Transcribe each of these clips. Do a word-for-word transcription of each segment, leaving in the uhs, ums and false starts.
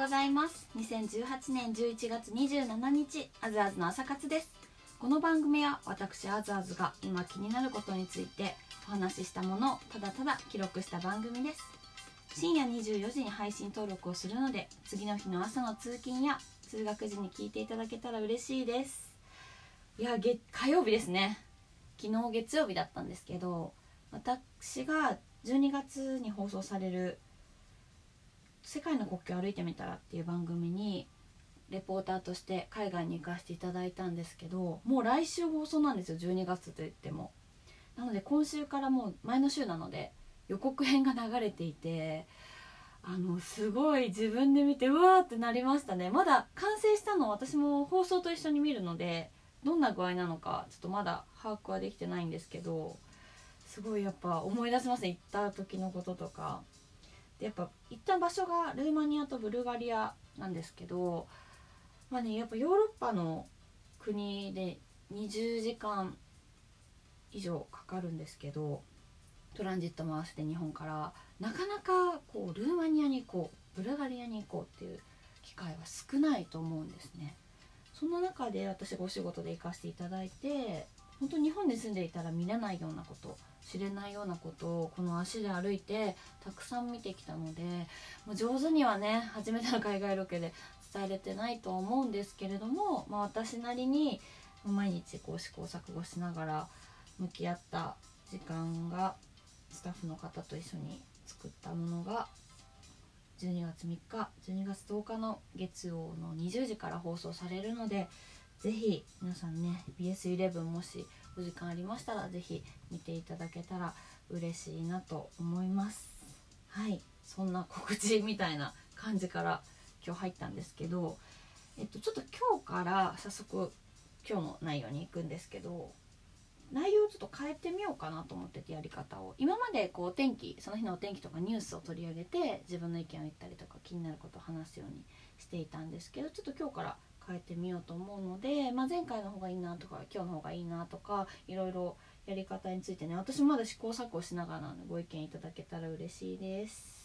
ざいます。にせんじゅうはちねんじゅういちがつにじゅうしちにち、あずあずの朝活です。この番組は私あずあずが今気になることについてお話ししたものをただただ記録した番組です。深夜にじゅうよじに配信登録をするので、次の日の朝の通勤や通学時に聞いていただけたら嬉しいです。いや、月火曜日ですね。昨日月曜日だったんですけど、私がじゅうにがつに放送される世界の国境を歩いてみたらっていう番組にレポーターとして海外に行かせていただいたんですけど、もう来週放送なんですよ。じゅうにがつといっても。なので今週からもう前の週なので予告編が流れていて、あのすごい自分で見てうわーってなりましたね。まだ完成したのを私も放送と一緒に見るので、どんな具合なのかちょっとまだ把握はできてないんですけど、すごいやっぱ思い出しますね。行った時のこととかで。やっぱ行った場所がルーマニアとブルガリアなんですけど、まあね、やっぱヨーロッパの国でにじゅうじかん以上かかるんですけど、トランジットも合わせて日本からなかなかこうルーマニアに行こう、ブルガリアに行こうっていう機会は少ないと思うんですね。そんな中で私がお仕事で行かせていただいて、本当日本に住んでいたら見れないようなこと、知れないようなことをこの足で歩いてたくさん見てきたので、もう上手にはね初めての海外ロケで伝えれてないと思うんですけれども、まあ、私なりに毎日こう試行錯誤しながら向き合った時間が、スタッフの方と一緒に作ったものがじゅうにがつみっか、じゅうにがつとおかの月曜のにじゅうじから放送されるので、ぜひ皆さんね ビーエスイレブン もしお時間ありましたらぜひ見ていただけたら嬉しいなと思います。はい、そんな告知みたいな感じから今日入ったんですけど、えっとちょっと今日から早速今日の内容に行くんですけど、内容をちょっと変えてみようかなと思ってて、やり方を。今までこうお天気、その日のお天気とかニュースを取り上げて自分の意見を言ったりとか気になることを話すようにしていたんですけど、ちょっと今日から変えてみようと思うので、まあ、前回の方がいいなとか今日の方がいいなとかいろいろやり方についてね、私もまだ試行錯誤しながらなのでご意見いただけたら嬉しいです。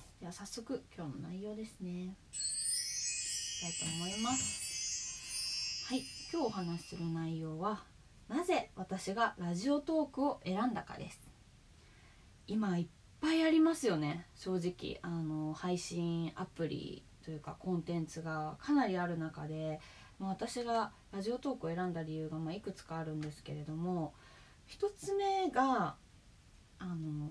では早速今日の内容ですね、いきたいと思います。はい、今日お話しする内容はなぜ私がラジオトークを選んだかです。今いっぱいありますよね、正直。あの配信アプリというかコンテンツがかなりある中で、まあ、私がラジオトークを選んだ理由がまあいくつかあるんですけれども、一つ目があの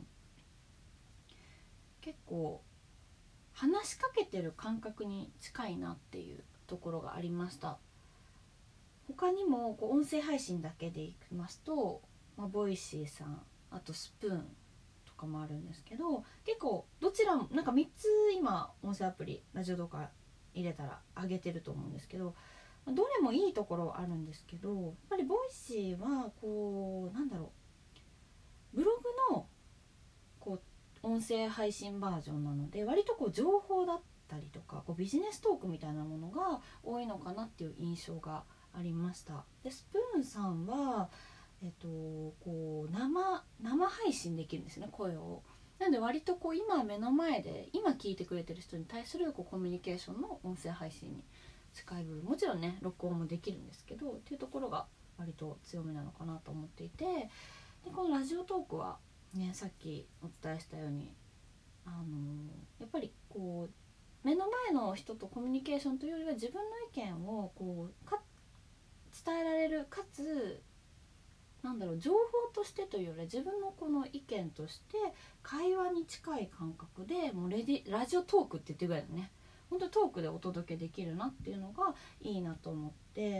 結構話しかけてる感覚に近いなっていうところがありました。他にもこう音声配信だけでいきますと、まあ、ボイシーさん、あとスプーンとかもあるんですけど、結構どちらもなんかみっつ今音声アプリラジオとか入れたら上げてると思うんですけど、どれもいいところはあるんですけど、やっぱりボイシーはこうなんだろう、ブログのこう音声配信バージョンなので、割とこう情報だったりとかこうビジネストークみたいなものが多いのかなっていう印象がありました。でスプーンさんは、えっと、こう 生, 生配信できるんですよね、声を。なので割とこう今目の前で今聞いてくれてる人に対するこうコミュニケーションの音声配信に近い部分、もちろんね録音もできるんですけどっていうところが割と強めなのかなと思っていて、でこのラジオトークはね、さっきお伝えしたようにあのやっぱりこう目の前の人とコミュニケーションというよりは自分の意見をこうか伝えられる、かつなんだろう、情報としてというよりは自分のこの意見として会話に近い感覚で、もうレディラジオトークって言ってるぐらいだね、本当トークでお届けできるなっていうのがいいなと思って、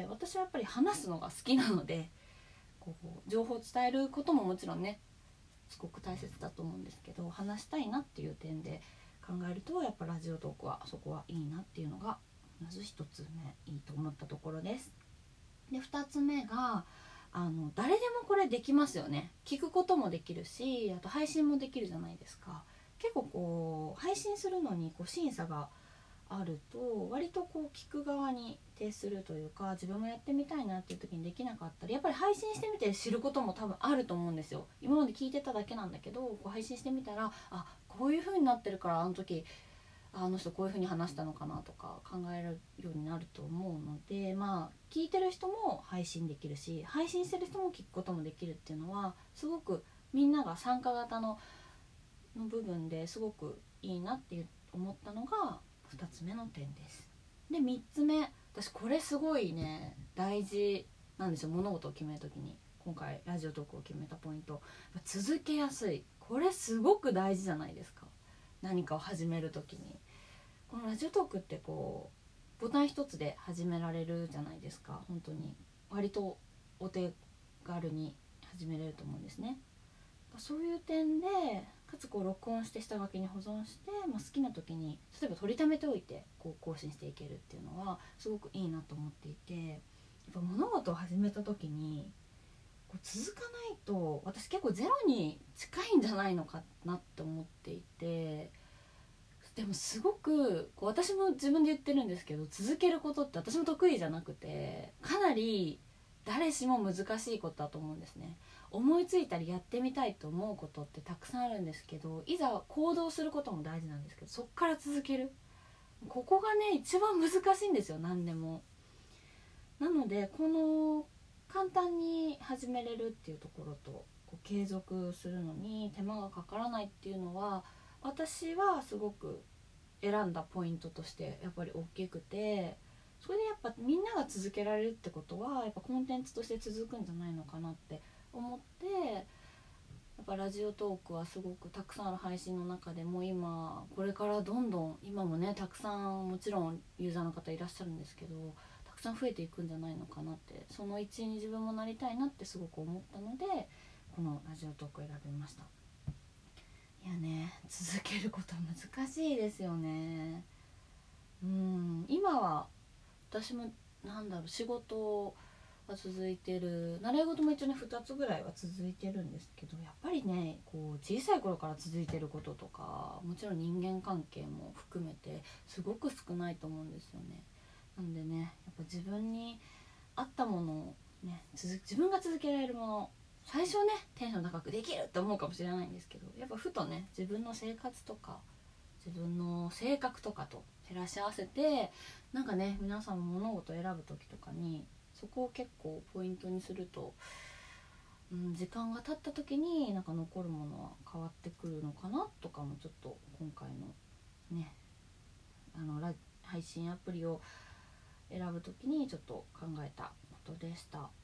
私はやっぱり話すのが好きなので、こう情報を伝えることももちろんねすごく大切だと思うんですけど、話したいなっていう点で考えるとやっぱラジオトークはそこはいいなっていうのがまず一つ目いいと思ったところです。でふたつめがあの誰でもこれできますよね。聞くこともできるし、あと配信もできるじゃないですか。結構こう配信するのにこう審査があると割とこう聞く側に徹するというか、自分もやってみたいなっていう時にできなかったり、やっぱり配信してみて知ることも多分あると思うんですよ。今まで聞いてただけなんだけど、こう配信してみたら、あこういう風になってるからあの時あの人こういう風に話したのかなとか考えるようになると思うので、まあ聞いてる人も配信できるし、配信してる人も聞くこともできるっていうのはすごくみんなが参加型のの部分ですごくいいなって思ったのがふたつめの点です。でみっつめ、私これすごいね大事なんですよ、物事を決めるときに。今回ラジオトークを決めたポイント、続けやすい。これすごく大事じゃないですか、何かを始めるときに。このラジオトークってこうボタン一つで始められるじゃないですか。本当に割とお手軽に始めれると思うんですね。そういう点でかつこう録音して下書きに保存して、まあ、好きな時に例えば取りためておいてこう更新していけるっていうのはすごくいいなと思っていて、やっぱ物事を始めた時にこう続かないと私結構ゼロに近いんじゃないのかなって思っていて、でもすごくこう私も自分で言ってるんですけど、続けることって私も得意じゃなくて、かなり誰しも難しいことだと思うんですね。思いついたりやってみたいと思うことってたくさんあるんですけど、いざ行動することも大事なんですけど、そっから続ける、ここがね一番難しいんですよ、何でも。なのでこの簡単に始めれるっていうところと、こう継続するのに手間がかからないっていうのは私はすごく選んだポイントとしてやっぱり大きくて、それでやっぱみんなが続けられるってことはやっぱコンテンツとして続くんじゃないのかなって思って、やっぱラジオトークはすごくたくさんある配信の中でも今これからどんどん、今もねたくさんもちろんユーザーの方いらっしゃるんですけど、たくさん増えていくんじゃないのかなって、その一員に自分もなりたいなってすごく思ったのでこのラジオトークを選びました。いやね、続けること難しいですよね。うん、今は私もなんだろう、仕事は続いてる、習い事も一応ねふたつぐらいは続いてるんですけど、やっぱりねこう小さい頃から続いてることとか、もちろん人間関係も含めてすごく少ないと思うんですよね。なんでね、やっぱ自分に合ったものをね、続自分が続けられるもの、最初ねテンション高くできるって思うかもしれないんですけど、やっぱふとね自分の生活とか自分の性格とかと照らし合わせて、なんかね皆さんも物事を選ぶ時とかにそこを結構ポイントにすると、うん、時間が経った時になんか残るものは変わってくるのかなとかもちょっと今回のねあのラ配信アプリを選ぶ時にちょっと考えたことでした。はい、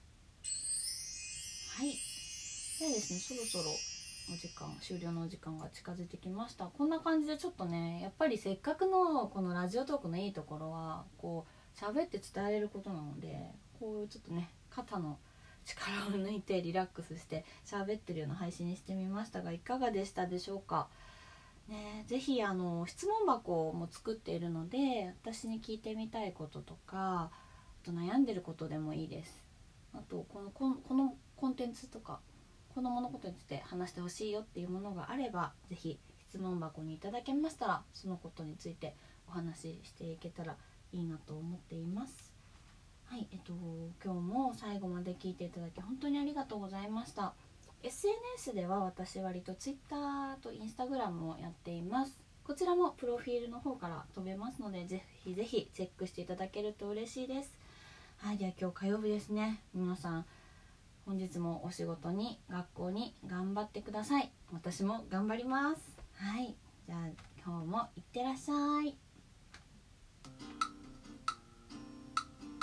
ではですね、そろそろお時間終了のお時間が近づいてきました。こんな感じでちょっとね、やっぱりせっかくのこのラジオトークのいいところはこう喋って伝えれることなので、こういうちょっとね肩の力を抜いてリラックスして喋ってるような配信にしてみましたが、いかがでしたでしょうかね。ぜひあの質問箱も作っているので、私に聞いてみたいこととか、あと悩んでることでもいいです。あとこのここのコンテンツとかこの物事について話してほしいよっていうものがあれば、ぜひ質問箱にいただけましたらそのことについてお話ししていけたらいいなと思っています。はい、えっと今日も最後まで聞いていただき本当にありがとうございました。 エスエヌエス では私割と Twitter と Instagram もやっています。こちらもプロフィールの方から飛べますので、ぜひぜひチェックしていただけると嬉しいです。はい、では今日火曜日ですね。皆さん本日もお仕事に学校に頑張ってください。私も頑張ります。はい、じゃあ今日もいってらっしゃい。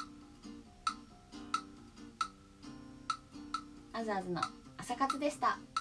アズアズの朝活でした。